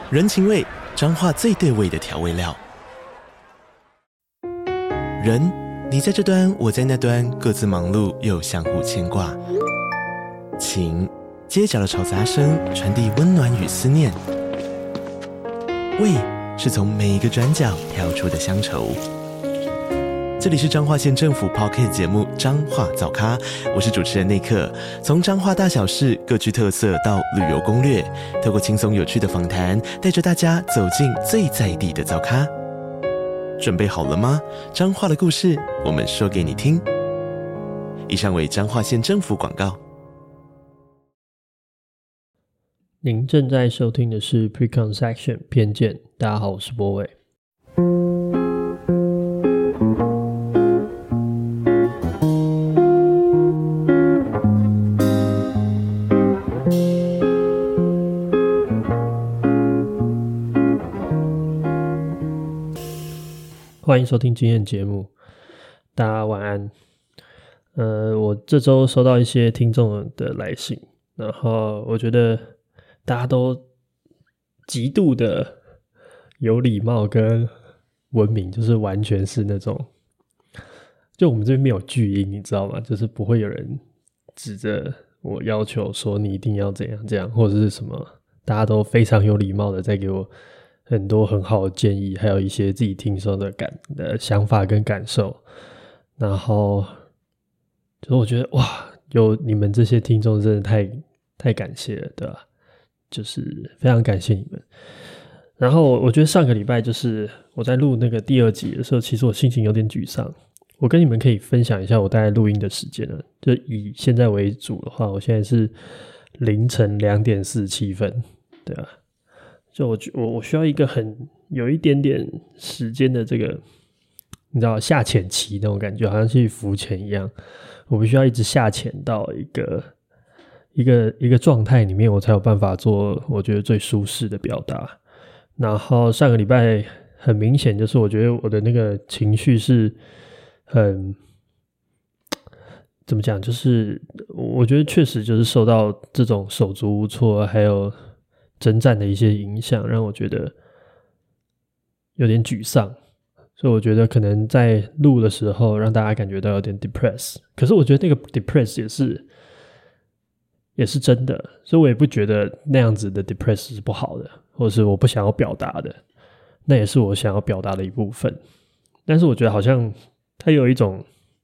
人情味，彰化最对味的调味料。人，你在这端，我在那端，各自忙碌又相互牵挂。情，街角的吵杂声传递温暖与思念。味，是从每一个转角跳出的乡愁。这里是彰化县政府 Podcast 节目《彰化早咖》，我是主持人内克。从彰化大小事各具特色到旅游攻略，透过轻松有趣的访谈，带着大家走进最在地的早咖。准备好了吗？彰化的故事，我们说给你听。以上为彰化县政府广告。 您正在收听的是 Preconception 偏见。大家好，我是波伟。欢迎收听今天的节目，大家晚安。我这周收到一些听众的来信，然后我觉得大家都极度的有礼貌跟文明，就是完全是那种，就我们这边没有巨婴，你知道吗？就是不会有人指着我要求说你一定要怎样这样，或者是什么，大家都非常有礼貌的在给我很多很好的建议，还有一些自己听说的想法跟感受。然后就是我觉得哇，有你们这些听众真的太感谢了，对吧？就是非常感谢你们。然后我觉得上个礼拜就是我在录那个第2集的时候，其实我心情有点沮丧。我跟你们可以分享一下我大概录音的时间了，就以现在为主的话，我现在是凌晨2点47分，对啊。就我需要一个有一点点时间的这个，你知道下潜期那种感觉，好像去浮潜一样。我必须要一直下潜到一个状态里面，我才有办法做我觉得最舒适的表达。然后上个礼拜很明显，就是我觉得我的那个情绪是很怎么讲，就是我觉得确实就是受到这种手足无措，还有征战的一些影响，让我觉得有点沮丧，所以我觉得可能在录的时候让大家感觉到有点 depressed， 可是我觉得那个 depressed 也是真的，所以我也不觉得那样子的 depressed 是不好的，或者是我不想要表达的，那也是我想要表达的一部分。但是我觉得好像它有一种，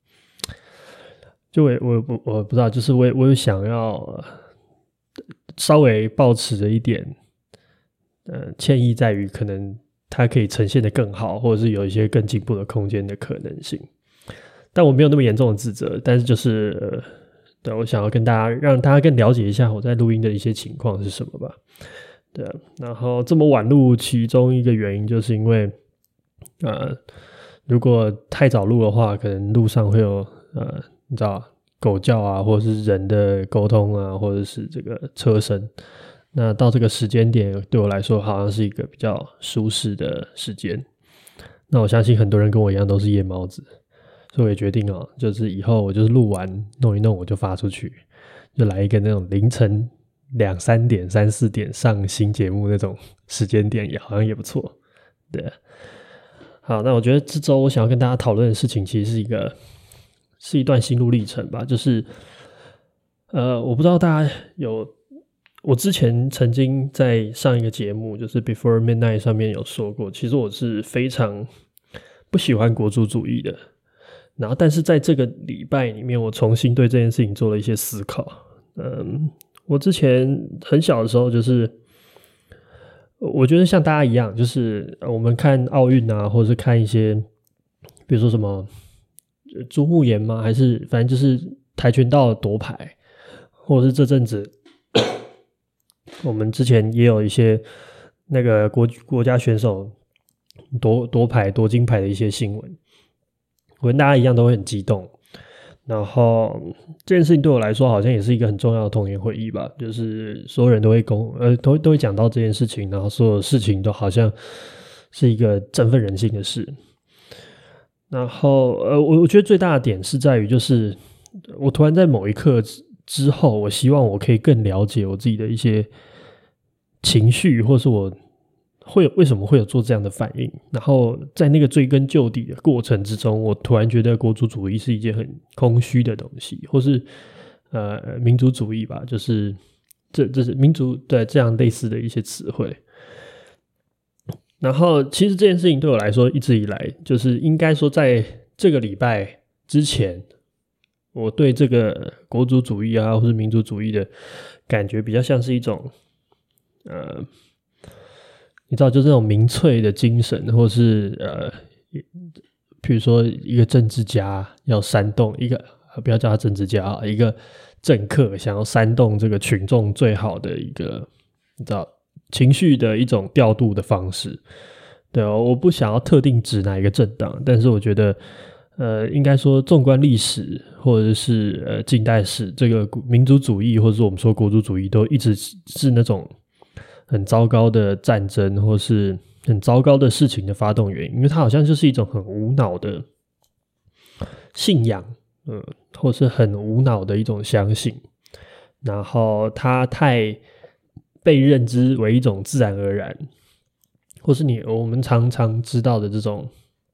就我不知道，就是我有想要稍微抱持着一点歉意，在于可能它可以呈现得更好，或者是有一些更进步的空间的可能性。但我没有那么严重的自责，但是就是对，我想要跟大家让大家更了解一下我在录音的一些情况是什么吧。对啊，然后这么晚录，其中一个原因就是因为如果太早录的话，可能路上会有你知道狗叫啊，或者是人的沟通啊，或者是这个车声。那到这个时间点对我来说好像是一个比较舒适的时间。那我相信很多人跟我一样都是夜猫子，所以我也决定就是以后我就是录完弄一弄我就发出去，就来一个那种凌晨2、3点、3、4点上新节目那种时间点，也好像也不错。对，好，那我觉得这周我想要跟大家讨论的事情，其实是一段心路历程吧。就是我不知道大家我之前曾经在上一个节目就是 Before Midnight 上面有说过，其实我是非常不喜欢国族主义的。然后但是在这个礼拜里面，我重新对这件事情做了一些思考。我之前很小的时候，就是我觉得像大家一样，就是我们看奥运啊，或者是看一些比如说什么朱木炎吗，还是反正就是跆拳道夺牌，或者是这阵子我们之前也有一些那个国家选手夺牌夺金牌的一些新闻，我跟大家一样都会很激动。然后这件事情对我来说好像也是一个很重要的童年回忆吧，就是所有人都会讲到这件事情，然后所有事情都好像是一个振奋人心的事。然后我觉得最大的点是在于，就是我突然在某一刻之后，我希望我可以更了解我自己的一些情绪，或是我为什么会有做这样的反应？然后在那个追根究底的过程之中，我突然觉得国族主义是一件很空虚的东西，或是民族主义吧，就是这是民族对这样类似的一些词汇。然后其实这件事情对我来说一直以来就是应该说在这个礼拜之前，我对这个国族主义啊或是民族主义的感觉比较像是一种你知道就是那种民粹的精神，或是比如说一个政治家要煽动一个不要叫他政治家啊，一个政客想要煽动这个群众最好的一个你知道情绪的一种调度的方式。对哦，我不想要特定指哪一个政党，但是我觉得应该说纵观历史或者是近代史，这个民族主义或者是我们说国族主义都一直是那种很糟糕的战争或是很糟糕的事情的发动原因，因为它好像就是一种很无脑的信仰，或是很无脑的一种相信，然后它太被认知为一种自然而然，或是我们常常知道的这种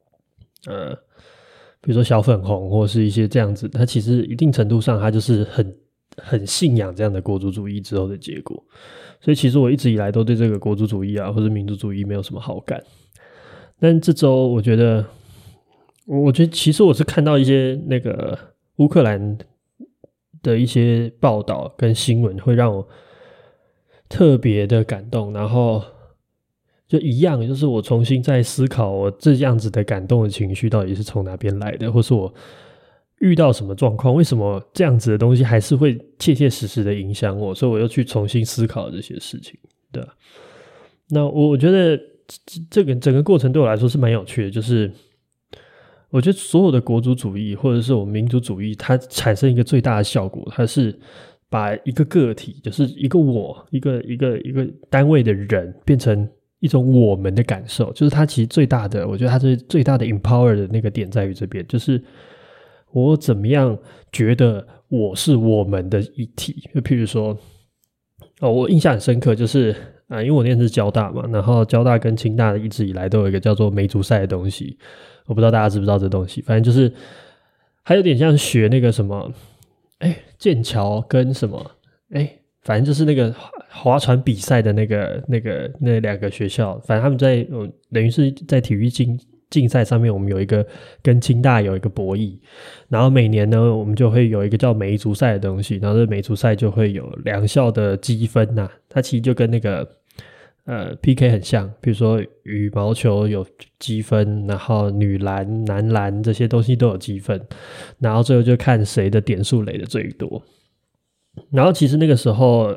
比如说小粉红或是一些这样子，它其实一定程度上它就是很信仰这样的国族主义之后的结果。所以其实我一直以来都对这个国族主义啊或者民族主义没有什么好感。但这周我觉得其实我是看到一些那个乌克兰的一些报道跟新闻会让我特别的感动，然后就一样，就是我重新在思考我这样子的感动的情绪到底是从哪边来的，或是我遇到什么状况，为什么这样子的东西还是会切切实实的影响我，所以我又去重新思考这些事情。对啊，那我觉得这个整个过程对我来说是蛮有趣的，就是我觉得所有的国族主义或者是我们民族主义，它产生一个最大的效果，它是把一个个体，就是一个我，一个单位的人变成一种我们的感受，就是它其实最大的，我觉得它最大的 empower 的那个点在于这边，就是我怎么样觉得我是我们的一体。就譬如说我印象很深刻，就是因为我念的是交大嘛，然后交大跟清大一直以来都有一个叫做梅竹赛的东西，我不知道大家知不知道这东西，反正就是还有点像学那个什么剑桥跟什么反正就是那个划船比赛的那两个学校，反正他们在等于是在体育竞赛上面，我们有一个跟清大有一个博弈，然后每年呢我们就会有一个叫梅竹赛的东西，然后这梅竹赛就会有两校的积分啊，它其实就跟那个PK 很像，比如说羽毛球有积分，然后女篮、男篮这些东西都有积分，然后最后就看谁的点数垒的最多。然后其实那个时候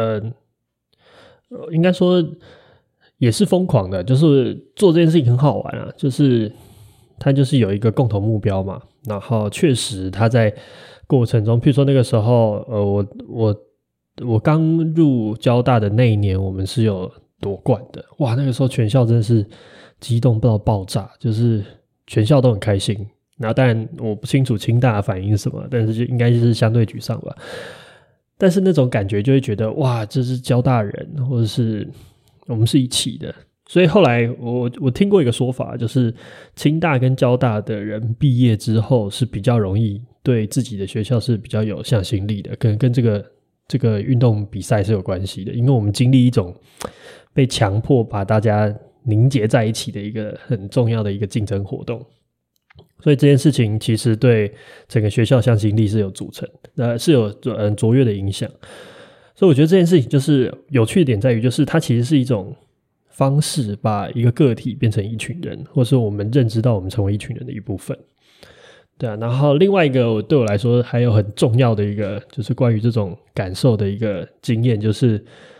应该说也是疯狂的，就是做这件事情很好玩啊，就是它就是有一个共同目标嘛，然后确实它在过程中，譬如说那个时候我刚入交大的那一年，我们是有夺冠的，哇，那个时候全校真的是激动到爆炸，就是全校都很开心。然后当然我不清楚清大的反应是什么，但是就应该就是相对沮丧吧。但是那种感觉就会觉得哇，这是交大人，或者是我们是一起的。所以后来我听过一个说法，就是清大跟交大的人毕业之后是比较容易对自己的学校是比较有向心力的，跟这个运动比赛是有关系的，因为我们经历一种被强迫把大家凝结在一起的一个很重要的一个竞争活动。所以这件事情其实对整个学校向心力是有组成是有卓越的影响。所以我觉得这件事情就是有趣的点在于，就是它其实是一种方式把一个个体变成一群人，或是我们认知到我们成为一群人的一部分。对啊，然后另外一个对我来说还有很重要的一个就是关于这种感受的一个经验，就是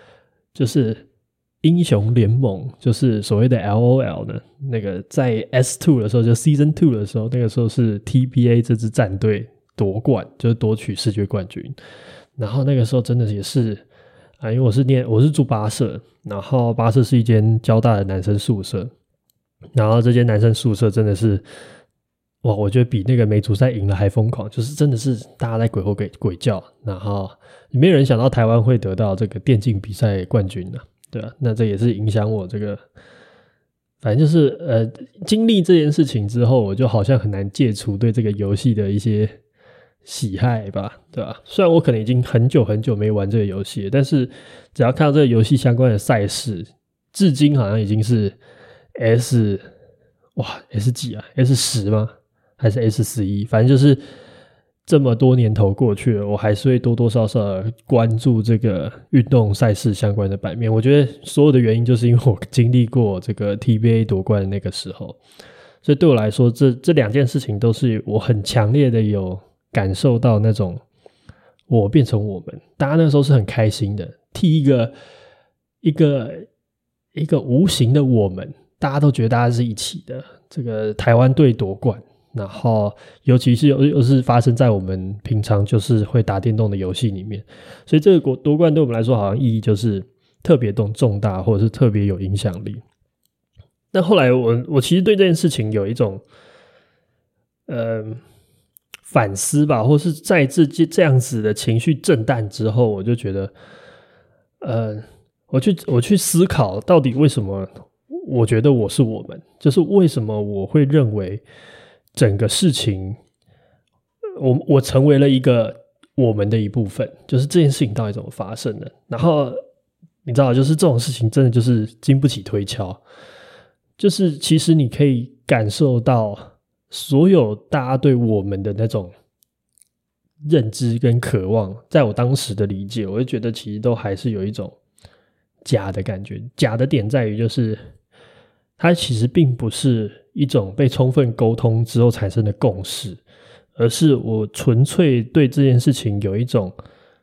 英雄联盟，就是所谓的 LOL 呢，那个在 S2 的时候，就 Season 2的时候，那个时候是 TBA 这支战队夺冠，就是夺取世界冠军。然后那个时候真的也是因为我是住八舍，然后八舍是一间交大的男生宿舍，然后这间男生宿舍真的是哇，我觉得比那个梅竹赛赢了还疯狂，就是真的是大家在鬼吼鬼叫，然后没有人想到台湾会得到这个电竞比赛冠军啊。对啊，那这也是影响我这个反正就是经历这件事情之后，我就好像很难戒除对这个游戏的一些喜爱吧，对吧？虽然我可能已经很久很久没玩这个游戏了，但是只要看到这个游戏相关的赛事，至今好像已经是 S 几啊 ？S10 吗？还是 S11？反正就是这么多年头过去了，我还是会多多少少关注这个运动赛事相关的版面。我觉得所有的原因就是因为我经历过这个 TBA 夺冠的那个时候，所以对我来说，这两件事情都是我很强烈的有感受到那种我变成我们，大家那时候是很开心的，替一个无形的我们，大家都觉得大家是一起的。这个台湾队夺冠，然后尤其是又是发生在我们平常就是会打电动的游戏里面，所以这个夺冠对我们来说好像意义就是特别重大，或者是特别有影响力。但后来我其实对这件事情有一种反思吧，或是在这样子的情绪震荡之后，我就觉得我去思考到底为什么我觉得我是我们，就是为什么我会认为整个事情我成为了一个我们的一部分，就是这件事情到底怎么发生的。然后你知道，就是这种事情真的就是经不起推敲，就是其实你可以感受到所有大家对我们的那种认知跟渴望，在我当时的理解，我就觉得其实都还是有一种假的感觉。假的点在于就是它其实并不是一种被充分沟通之后产生的共识，而是我纯粹对这件事情有一种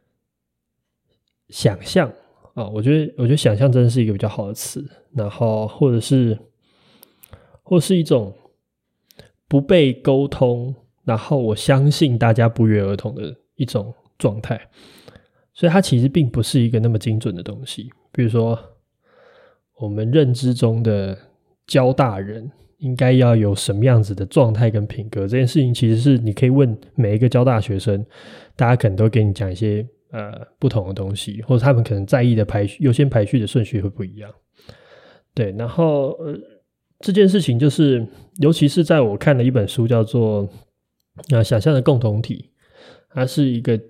想象啊，我觉得想象真的是一个比较好的词，然后或是一种不被沟通，然后我相信大家不约而同的一种状态，所以它其实并不是一个那么精准的东西。比如说我们认知中的教大人应该要有什么样子的状态跟品格，这件事情其实是你可以问每一个教大学生，大家可能都给你讲一些不同的东西，或者他们可能在意的优先排序的顺序会不一样。对，然后这件事情就是尤其是在我看了一本书叫做想象的共同体，它是一个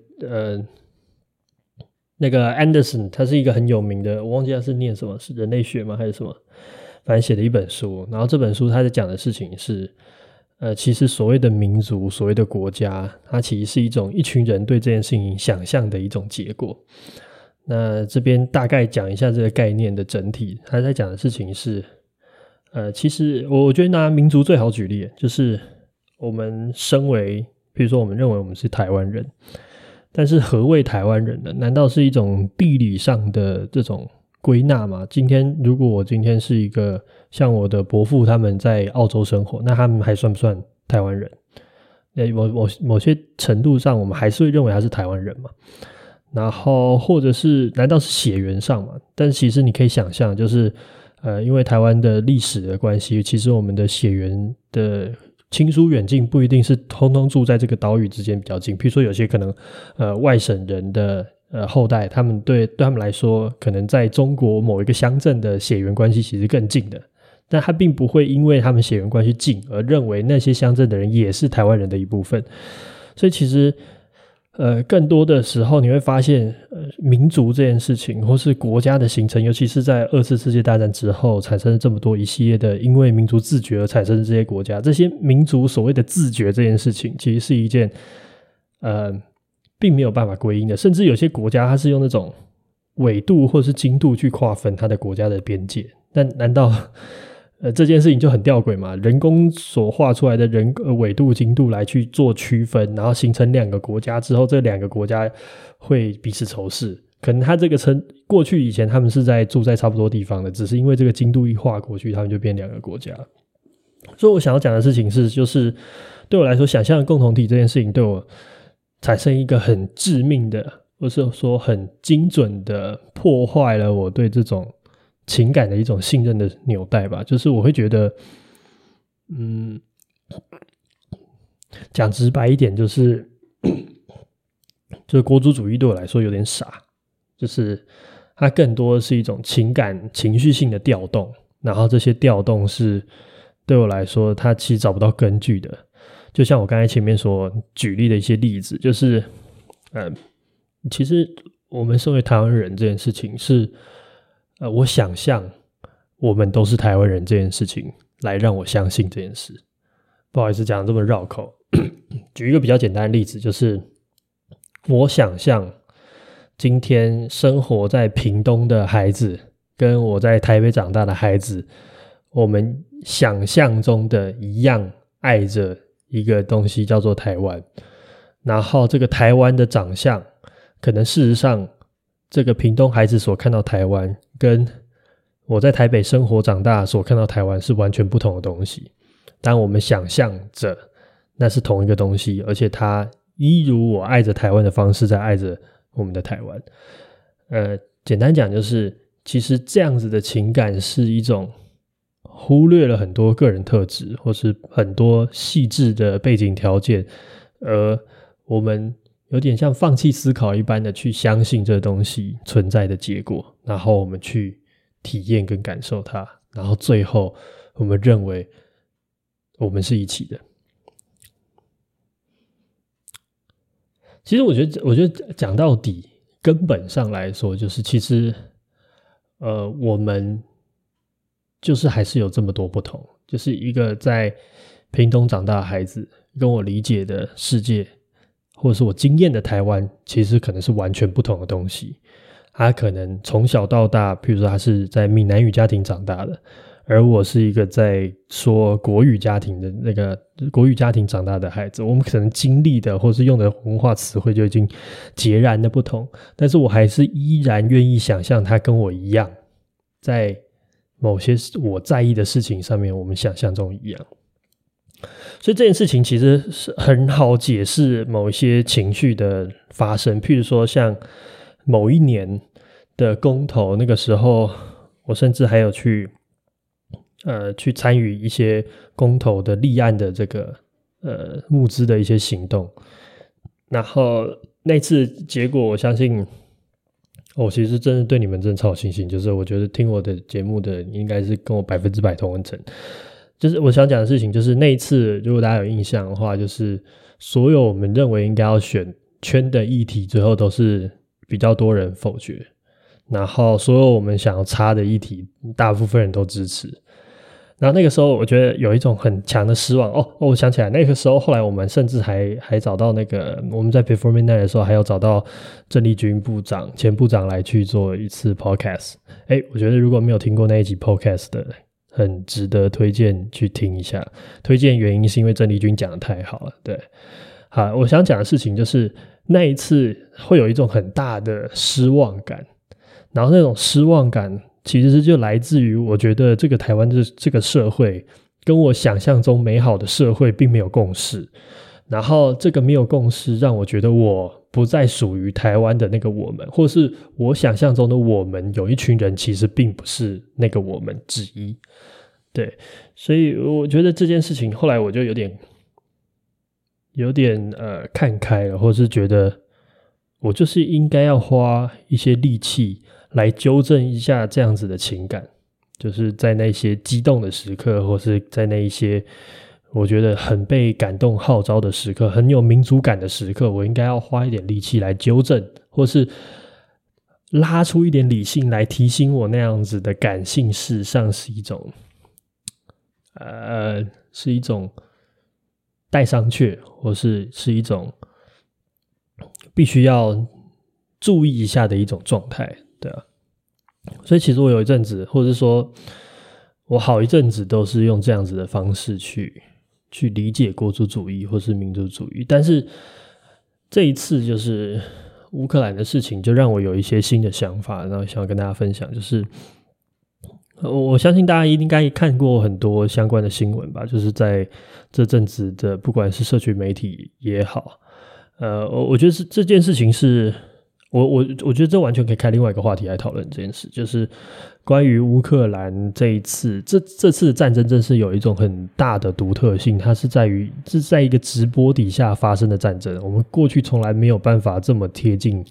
那个 Anderson， 他是一个很有名的，我忘记他是念什么，是人类学吗还是什么，反正写的一本书。然后这本书他在讲的事情是其实所谓的民族，所谓的国家，它其实是一种一群人对这件事情想象的一种结果。那这边大概讲一下这个概念的整体，他在讲的事情是其实我觉得拿民族最好举例，就是我们身为比如说我们认为我们是台湾人，但是何谓台湾人呢？难道是一种地理上的这种归纳吗？如果我今天是一个像我的伯父他们在澳洲生活，那他们还算不算台湾人？某些程度上我们还是会认为他是台湾人嘛。然后或者是难道是血缘上嘛？但是其实你可以想象，就是因为台湾的历史的关系，其实我们的血缘的亲疏远近不一定是通通住在这个岛屿之间比较近，比如说有些可能外省人的后代，他们对他们来说可能在中国某一个乡镇的血缘关系其实更近的，但他并不会因为他们血缘关系近而认为那些乡镇的人也是台湾人的一部分。所以其实更多的时候你会发现民族这件事情或是国家的形成，尤其是在2次世界大战之后产生了这么多一系列的因为民族自觉而产生的这些国家，这些民族所谓的自觉这件事情其实是一件并没有办法归因的，甚至有些国家它是用那种纬度或是经度去划分它的国家的边界，但难道这件事情就很吊诡嘛？人工所画出来的纬度经度来去做区分，然后形成2个国家之后，这2个国家会彼此仇视，可能他这个过去以前他们是住在差不多地方的，只是因为这个经度一画过去，他们就变2个国家。所以我想要讲的事情是，就是对我来说想象的共同体这件事情对我产生一个很致命的，或是说很精准的破坏了我对这种情感的一种信任的纽带吧。就是我会觉得讲直白一点，就是国族主义对我来说有点傻，就是它更多的是一种情绪性的调动， 然后这些调动是对我来说它其实找不到根据的。就像我刚才前面所举例的一些例子，就是其实我们身为台湾人这件事情是我想象我们都是台湾人这件事情来让我相信这件事。不好意思讲这么绕口举一个比较简单的例子，就是我想象今天生活在屏东的孩子跟我在台北长大的孩子，我们想象中的一样爱着一个东西叫做台湾，然后这个台湾的长相可能事实上这个屏东孩子所看到台湾跟我在台北生活长大所看到台湾是完全不同的东西，但我们想象着那是同一个东西，而且它一如我爱着台湾的方式在爱着我们的台湾。简单讲就是其实这样子的情感是一种忽略了很多个人特质或是很多细致的背景条件，而我们有点像放弃思考一般的去相信这东西存在的结果，然后我们去体验跟感受它，然后最后我们认为我们是一起的。其实我觉得讲到底根本上来说就是其实我们就是还是有这么多不同，就是一个在屏东长大的孩子跟我理解的世界或者是我经验的台湾其实可能是完全不同的东西。他可能从小到大譬如说他是在闽南语家庭长大的，而我是一个在说国语家庭的那个国语家庭长大的孩子，我们可能经历的或是用的文化词汇就已经截然的不同，但是我还是依然愿意想象他跟我一样在某些我在意的事情上面我们想象中一样。所以这件事情其实是很好解释某一些情绪的发生，譬如说像某一年的公投，那个时候我甚至还有去参与一些公投的立案的这个募资的一些行动，然后那次结果我相信我其实真的对你们真的超有信心，就是我觉得听我的节目的应该是跟我100%同温层。就是我想讲的事情就是那一次如果大家有印象的话，就是所有我们认为应该要选圈的议题最后都是比较多人否决，然后所有我们想要插的议题大部分人都支持。然后那个时候我觉得有一种很强的失望我想起来那个时候后来我们甚至还找到那个我们在 Performing Night 的时候还有找到郑丽君前部长来去做一次 podcast。 我觉得如果没有听过那一集 podcast 的很值得推荐去听一下，推荐原因是因为郑丽君讲得太好了。对，好，我想讲的事情就是那一次会有一种很大的失望感，然后那种失望感其实就来自于我觉得这个台湾这个社会跟我想象中美好的社会并没有共识，然后这个没有共识让我觉得我不再属于台湾的那个我们，或是我想象中的我们有一群人其实并不是那个我们之一。对，所以我觉得这件事情后来我就有点看开了，或是觉得我就是应该要花一些力气来纠正一下这样子的情感，就是在那些激动的时刻，或是在那一些我觉得很被感动号召的时刻，很有民族感的时刻，我应该要花一点力气来纠正，或是拉出一点理性来提醒我那样子的感性事实上是一种待商榷，或是一种必须要注意一下的一种状态。对啊，所以其实我有一阵子，或者说我好一阵子都是用这样子的方式去理解国族主义或是民族主义，但是这一次就是乌克兰的事情就让我有一些新的想法，然后想要跟大家分享。就是我相信大家应该看过很多相关的新闻吧，就是在这阵子的不管是社群媒体也好，我觉得这件事情是我觉得这完全可以开另外一个话题来讨论这件事，就是关于乌克兰这一次这次的战争真是有一种很大的独特性，它是在一个直播底下发生的战争，我们过去从来没有办法这么贴近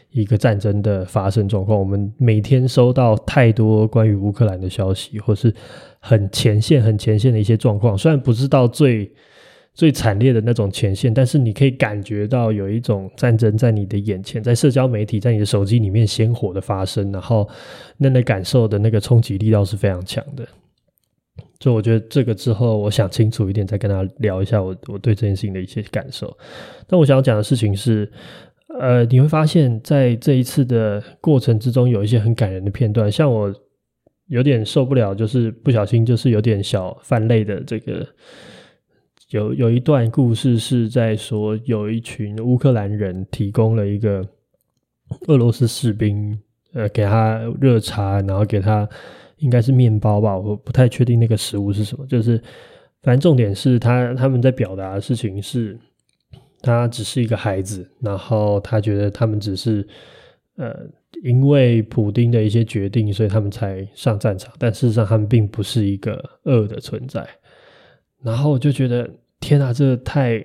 一个战争的发生状况。我们每天收到太多关于乌克兰的消息，或是很前线的一些状况，虽然不是到最惨烈的那种前线，但是你可以感觉到有一种战争在你的眼前，在社交媒体，在你的手机里面鲜活的发生，然后那感受的那个冲击力道是非常强的。所以我觉得这个之后我想清楚一点再跟他聊一下我对这件事情的一些感受。但我想要讲的事情是你会发现在这一次的过程之中有一些很感人的片段，像我有点受不了，就是不小心就是有点小泛泪的这个有一段故事是在说有一群乌克兰人提供了一个俄罗斯士兵给他热茶，然后给他应该是面包吧，我不太确定那个食物是什么，就是反正重点是他们在表达的事情是他只是一个孩子，然后他觉得他们只是因为普丁的一些决定所以他们才上战场，但事实上他们并不是一个恶的存在。然后我就觉得天啊，这太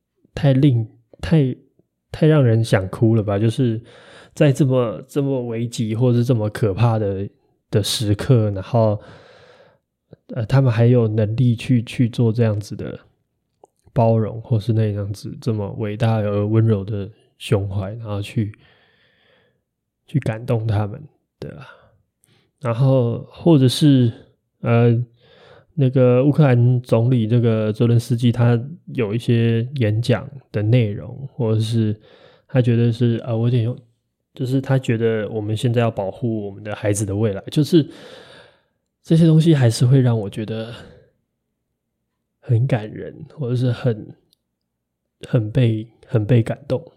让人想哭了吧，就是在这么危急或是这么可怕的时刻，然后他们还有能力去做这样子的包容，或是那样子这么伟大而温柔的胸怀，然后去感动他们，对啊。然后或者是那个乌克兰总理这个泽伦斯基，他有一些演讲的内容，或者是他觉得是我有点用，就是他觉得我们现在要保护我们的孩子的未来，就是这些东西还是会让我觉得很感人，或者是很被感动。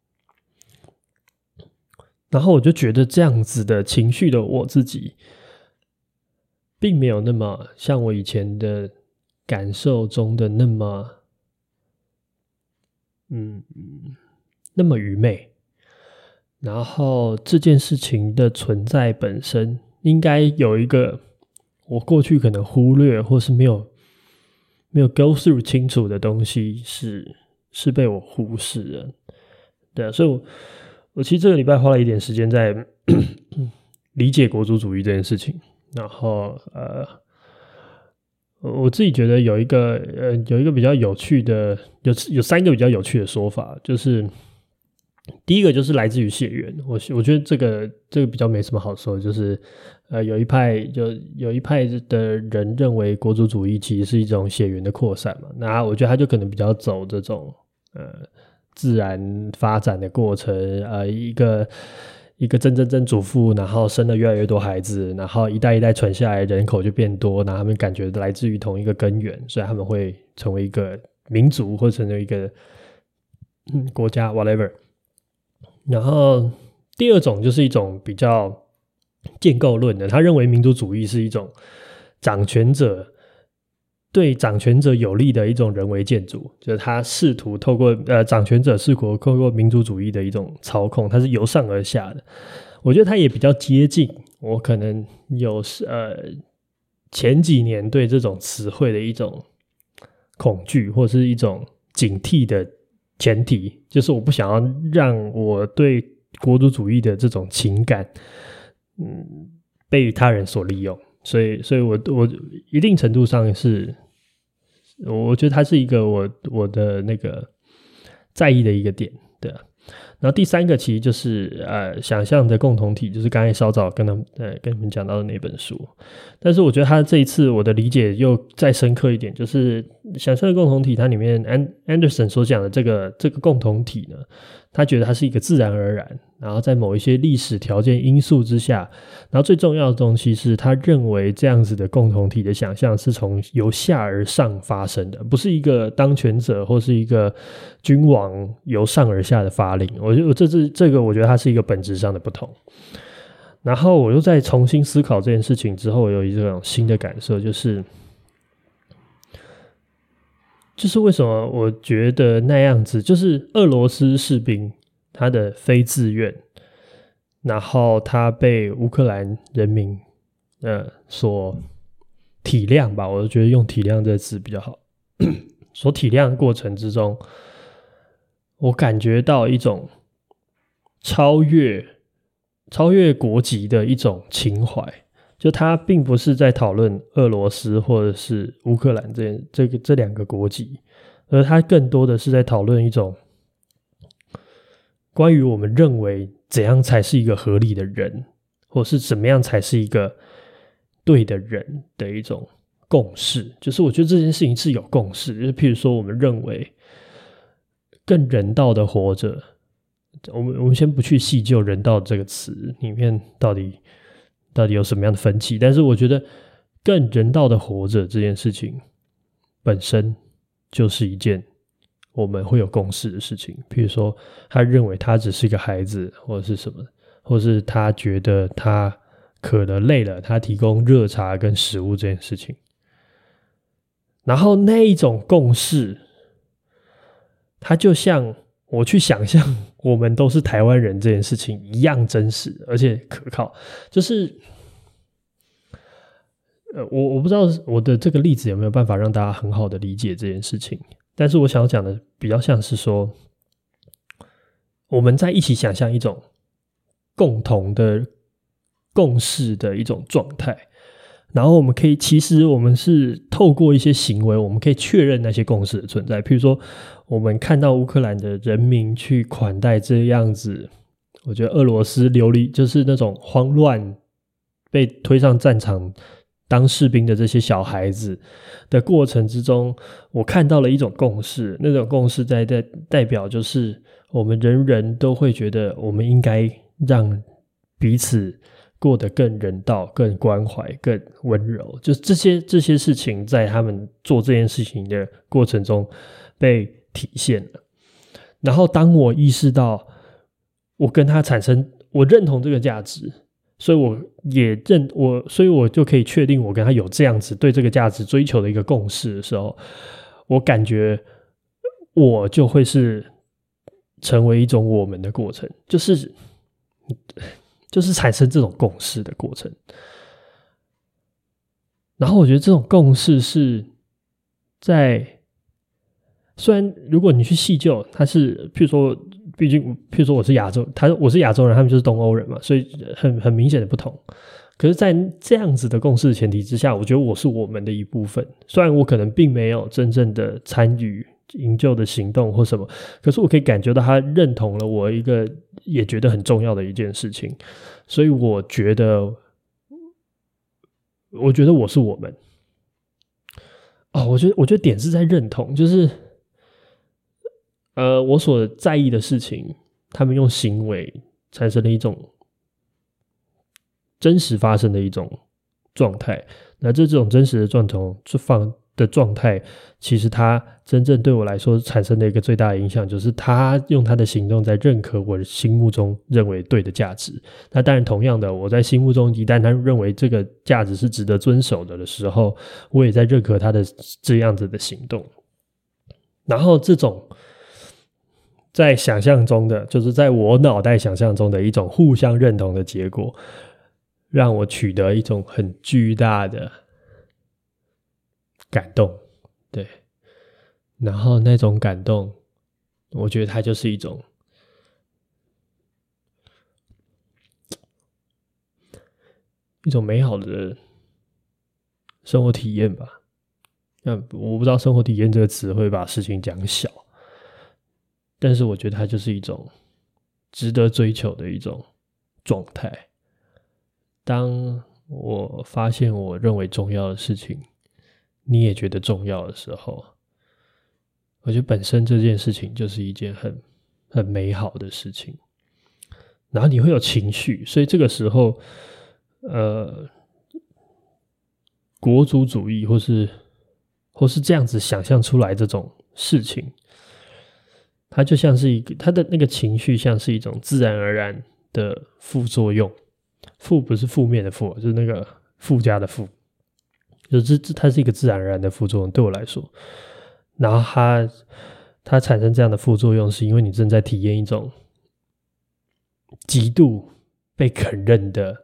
然后我就觉得这样子的情绪的我自己并没有那么像我以前的感受中的那么那么愚昧。然后这件事情的存在本身应该有一个我过去可能忽略或是没有 go through 清楚的东西是被我忽视了。对啊，所以我其实这个礼拜花了一点时间在理解国族主义这件事情。然后我自己觉得有一个比较有趣的有三个比较有趣的说法，就是第一个就是来自于血缘，我觉得这个比较没什么好说，就是有一派的人認為國族主義其實是一種血緣的擴散嘛，那我覺得他就可能比較走這種自然發展的過程，一個曾祖父，然後生了越來越多孩子，然後一代一代傳下來，人口就變多，然後他們感覺來自於同一個根源，所以他們會成為一個民族或成為一個國家 whatever。然後第二種就是一種比較建構論的，他認為民族主義是一種對掌權者有利的一種人為建築，就是他試圖透過掌權者試圖透過民族主義的一種操控，它是由上而下的。我覺得它也比較接近我可能有前幾年對這種詞彙的一種恐懼或是一種警惕的前提，就是我不想要讓我對國族主義的這種情感被他人所利用，所以我一定程度上是我覺得它是一個我的那個在意的一個點，對啊。然後第三個其實就是想象的共同體，就是剛才稍早跟你們講到的那本書。但是我覺得他這一次我的理解又再深刻一點，就是想象的共同體它裡面Anderson 所講的這個共同體呢，他覺得它是一個自然而然，然後在某一些歷史條件因素之下，然後最重要的東西是他認為這樣子的共同體的想象是從由下而上發生的，不是一個當權者或是一個君王由上而下的發令。這個我覺得它是一個本質上的不同。然後我又再重新思考這件事情之後，我有一種新的感受，就是為什麼我覺得那樣子，就是俄羅斯士兵他的非自願，然後他被烏克蘭人民所體諒吧，我覺得用體諒這個字比較好所體諒的過程之中，我感覺到一種超越国籍的一种情怀，就他并不是在讨论俄罗斯或者是乌克兰这两个国籍，而他更多的是在讨论一种关于我们认为怎样才是一个合理的人，或是怎么样才是一个对的人的一种共识。就是我觉得这件事情是有共识，就是譬如说我们认为更人道的活着，我们先不去细究人道这个词里面到底有什么样的分歧，但是我觉得更人道的活着这件事情本身就是一件我们会有共识的事情。譬如说他认为他只是一个孩子或者是什么，或是他觉得他渴了累了，他提供热茶跟食物这件事情，然后那一种共识它就像我去想象我们都是台湾人这件事情一样真实而且可靠。就是我不知道我的这个例子有没有办法让大家很好的理解这件事情，但是我想要讲的比较像是说，我们在一起想象一种共同的共识的一种状态，然后我们可以，其实我们是透过一些行为，我们可以确认那些共识的存在。譬如说我们看到乌克兰的人民去款待这样子，我觉得俄罗斯流离，就是那种慌乱被推上战场当士兵的这些小孩子的过程之中，我看到了一种共识，那种共识在代表就是我们人人都会觉得我们应该让彼此过得更人道、更关怀、更温柔，就是这些事情在他们做这件事情的过程中被体现了。然后当我意识到我跟他产生，我认同这个价值，所以我就可以确定我跟他有这样子对这个价值追求的一个共识的时候，我感觉我就会是成为一种我们的过程，就是产生这种共识的过程。然后我觉得这种共识是在，虽然如果你去细究，它是譬如说我是亚洲，我是亚洲人，他们就是东欧人嘛，所以很明显的不同。可是在这样子的共识的前提之下，我觉得我是我们的一部分，虽然我可能并没有真正的参与营救的行动或什么，可是我可以感觉到他认同了我一个也觉得很重要的一件事情，所以我觉得我是我们。我觉得点是在认同，就是我所在意的事情，他们用行为产生了一种真实发生的一种状态。那这种真实的状态，其实它真正对我来说产生的一个最大的影响，就是他用他的行动在认可我的心目中认为对的价值。那当然同样的，我在心目中一旦他认为这个价值是值得遵守的时候，我也在认可他的这样子的行动。然后这种在想象中的，就是在我脑袋想象中的一种互相认同的结果，让我取得一种很巨大的感动。对，然后那种感动，我觉得它就是一种美好的生活体验吧。那我不知道生活体验这个词会把事情讲小，但是我觉得它就是一种值得追求的一种状态。当我发现我认为重要的事情你也觉得重要的时候，我觉得本身这件事情就是一件很美好的事情。然后你会有情绪，所以这个时候国族主义或是这样子想象出来这种事情，它就像是它的那个情绪像是一种自然而然的副作用。负不是负面的负，就是那个附加的负，就是它是一个自然而然的副作用对我来说。然后它产生这样的副作用，是因为你正在体验一种极度被肯认的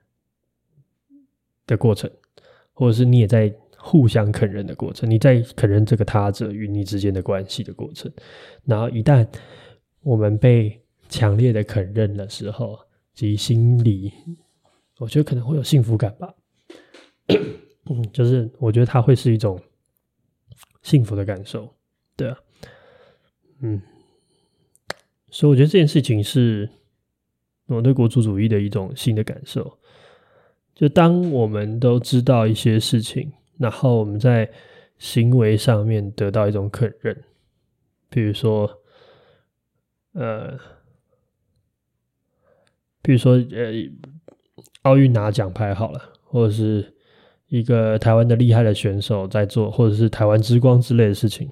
过程，或者是你也在互相肯认的过程，你在肯认这个他者与你之间的关系的过程。然后一旦我们被强烈的肯认的时候，及心里我觉得可能会有幸福感吧。就是我觉得它会是一种幸福的感受，对啊，所以我觉得这件事情是我对国族主义的一种新的感受。就当我们都知道一些事情，然后我们在行为上面得到一种肯认，比如说奥运拿奖牌好了，或者是一个台湾的厉害的选手在做，或者是台湾之光之类的事情，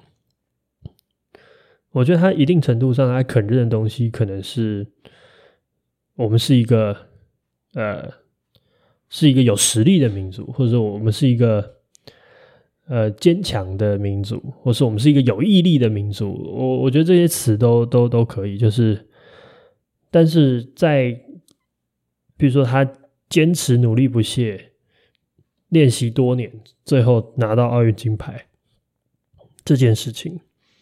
我觉得他一定程度上他肯认的东西可能是我们是一个有实力的民族，或者说我们是一个坚强的民族，或是我们是一个有毅力的民族。我觉得这些词都可以，就是但是在比如说他坚持努力不懈练习多年，最后拿到奥运金牌这件事情，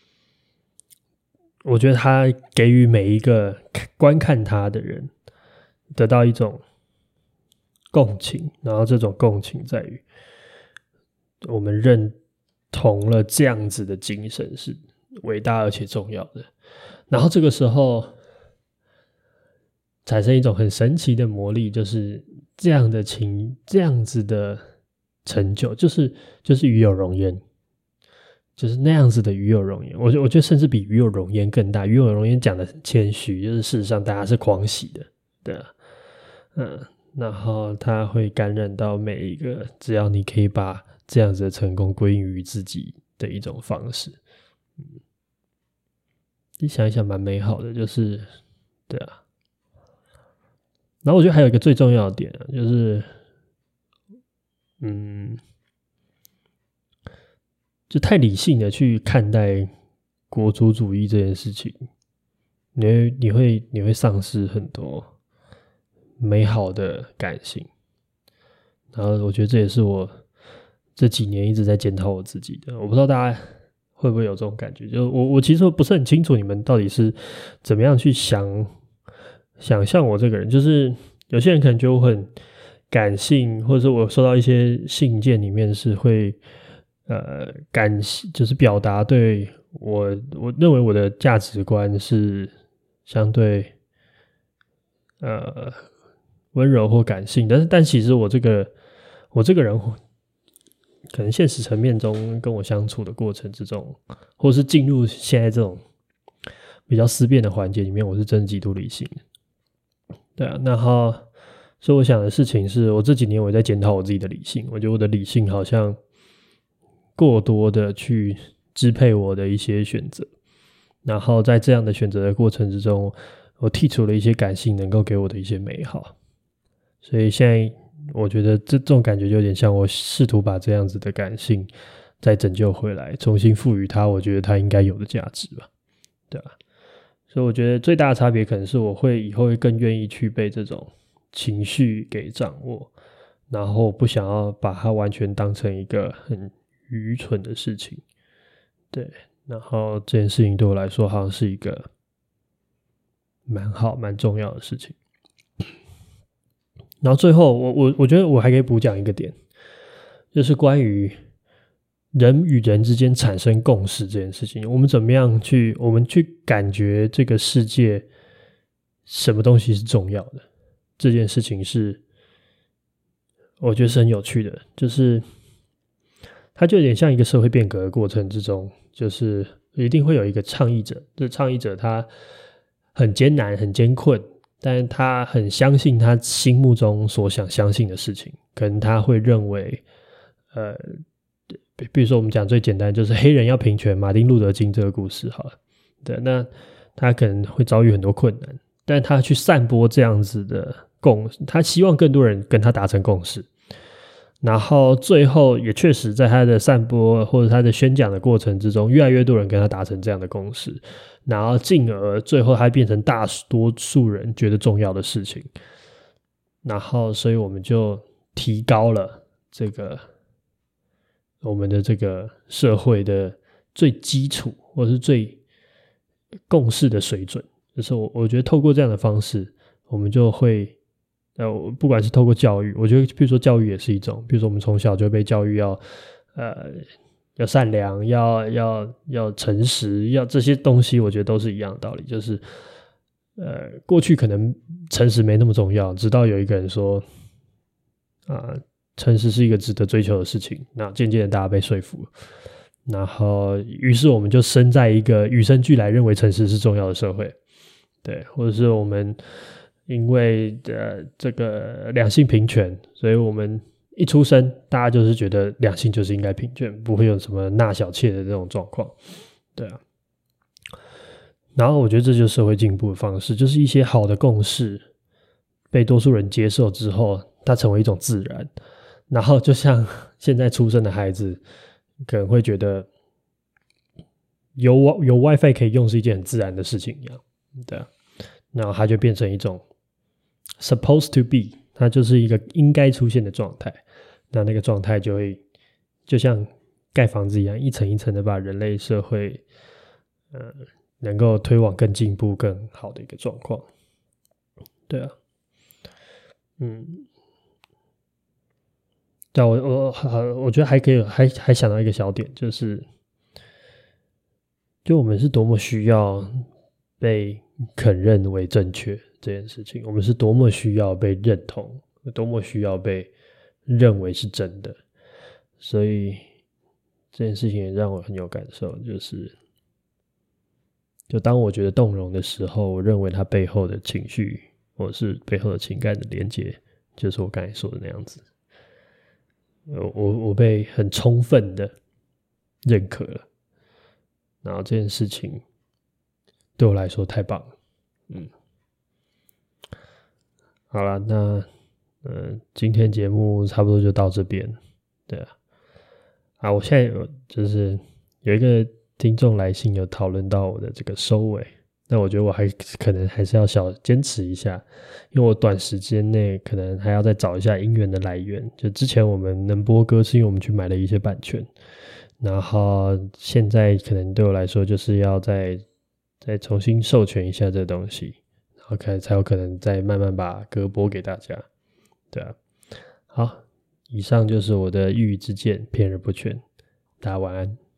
我觉得他给予每一个观看他的人得到一种共情，然后这种共情在于我们认同了这样子的精神是伟大而且重要的，然后这个时候产生一种很神奇的魔力，就是这样子的成就，就是与有荣焉，就是那样子的与有荣焉。我觉得甚至比与有荣焉更大。与有荣焉讲的很谦虚，就是事实上大家是狂喜的，对啊，然后它会感染到每一个，只要你可以把这样子的成功归因于自己的一种方式。你想一想蛮美好的，就是对啊。然后我觉得还有一个最重要的点就是就太理性的去看待国族主义这件事情，你会丧失很多美好的感性。然后我觉得这也是我这几年一直在检讨我自己的。我不知道大家会不会有这种感觉，就我其实不是很清楚你们到底是怎么样去想象我这个人。就是有些人可能觉得我很感性，或者是我收到一些信件里面是会就是表达对我认为我的价值观是相对温柔或感性，但其实我这个人可能现实层面中跟我相处的过程之中，或是进入现在这种比较思辨的环节里面，我是真的极度理性的。对啊，然后所以我想的事情是，我这几年我在检讨我自己的理性，我觉得我的理性好像过多的去支配我的一些选择，然后在这样的选择的过程之中，我剔除了一些感性能够给我的一些美好。所以现在我觉得这种感觉就有点像我试图把这样子的感性再拯救回来，重新赋予它我觉得它应该有的价值吧，对吧？所以我觉得最大的差别可能是我以后会更愿意去被这种情绪给掌握，然后不想要把它完全当成一个很愚蠢的事情。对，然后这件事情对我来说好像是一个蛮重要的事情。然后最后我觉得我还可以补讲一个点，就是关于人与人之间产生共识这件事情，我们怎么样去感觉这个世界什么东西是重要的，这件事情是我觉得是很有趣的。就是它就有点像一个社会变革的过程之中，就是一定会有一个倡议者，这倡议者他很艰难很艰困，但他很相信他心目中所想相信的事情。可能他会认为比如说我们讲最简单就是黑人要平权，马丁路德金这个故事好了，对，那他可能会遭遇很多困难，但他去散播这样子的他希望更多人跟他达成共识，然后最后也确实在他的散播或者他的宣讲的过程之中，越来越多人跟他达成这样的共识，然后进而最后他变成大多数人觉得重要的事情，然后所以我们就提高了我们的这个社会的最基础或是最共识的水准， 就是我觉得透过这样的方式，我们就会不管是透过教育，我觉得比如说教育也是一种，比如说我们从小就被教育要善良，要诚实，要这些东西，我觉得都是一样的道理。就是过去可能诚实没那么重要，直到有一个人说诚实是一个值得追求的事情，那渐渐的大家被说服了，然后于是我们就生在一个与生俱来认为诚实是重要的社会，对，或者是我们因为这个两性平权，所以我们一出生大家就是觉得两性就是应该平权，不会有什么纳小妾的这种状况，对啊。然后我觉得这就是社会进步的方式，就是一些好的共识被多数人接受之后，它成为一种自然。然后就像现在出生的孩子可能会觉得有 WiFi 可以用是一件很自然的事情一样，对啊。然后它就变成一种 supposed to be， 它就是一个应该出现的状态。那个状态就会就像盖房子一样，一层一层的把人类社会能够推往更进步更好的一个状况，对啊。对啊，我觉得还可以，还想到一个小点，就我们是多么需要被肯认为正确这件事情，我们是多么需要被认同，多么需要被认为是真的。所以这件事情也让我很有感受，就当我觉得动容的时候，我认为它背后的情绪或是背后的情感的连结，就是我刚才说的那样子。我被很充分的认可了，然后这件事情对我来说太棒了。好啦，那今天节目差不多就到这边，对啊。我现在就是有一个听众来信有讨论到我的这个收尾，那我觉得我可能还是要小坚持一下，因为我短时间内可能还要再找一下音源的来源。就之前我们能播歌是因为我们去买了一些版权，然后现在可能对我来说就是要再重新授权一下这个东西，然后才有可能再慢慢把歌播给大家，对啊。好，以上就是我的一语之见，偏而不全，大家晚安。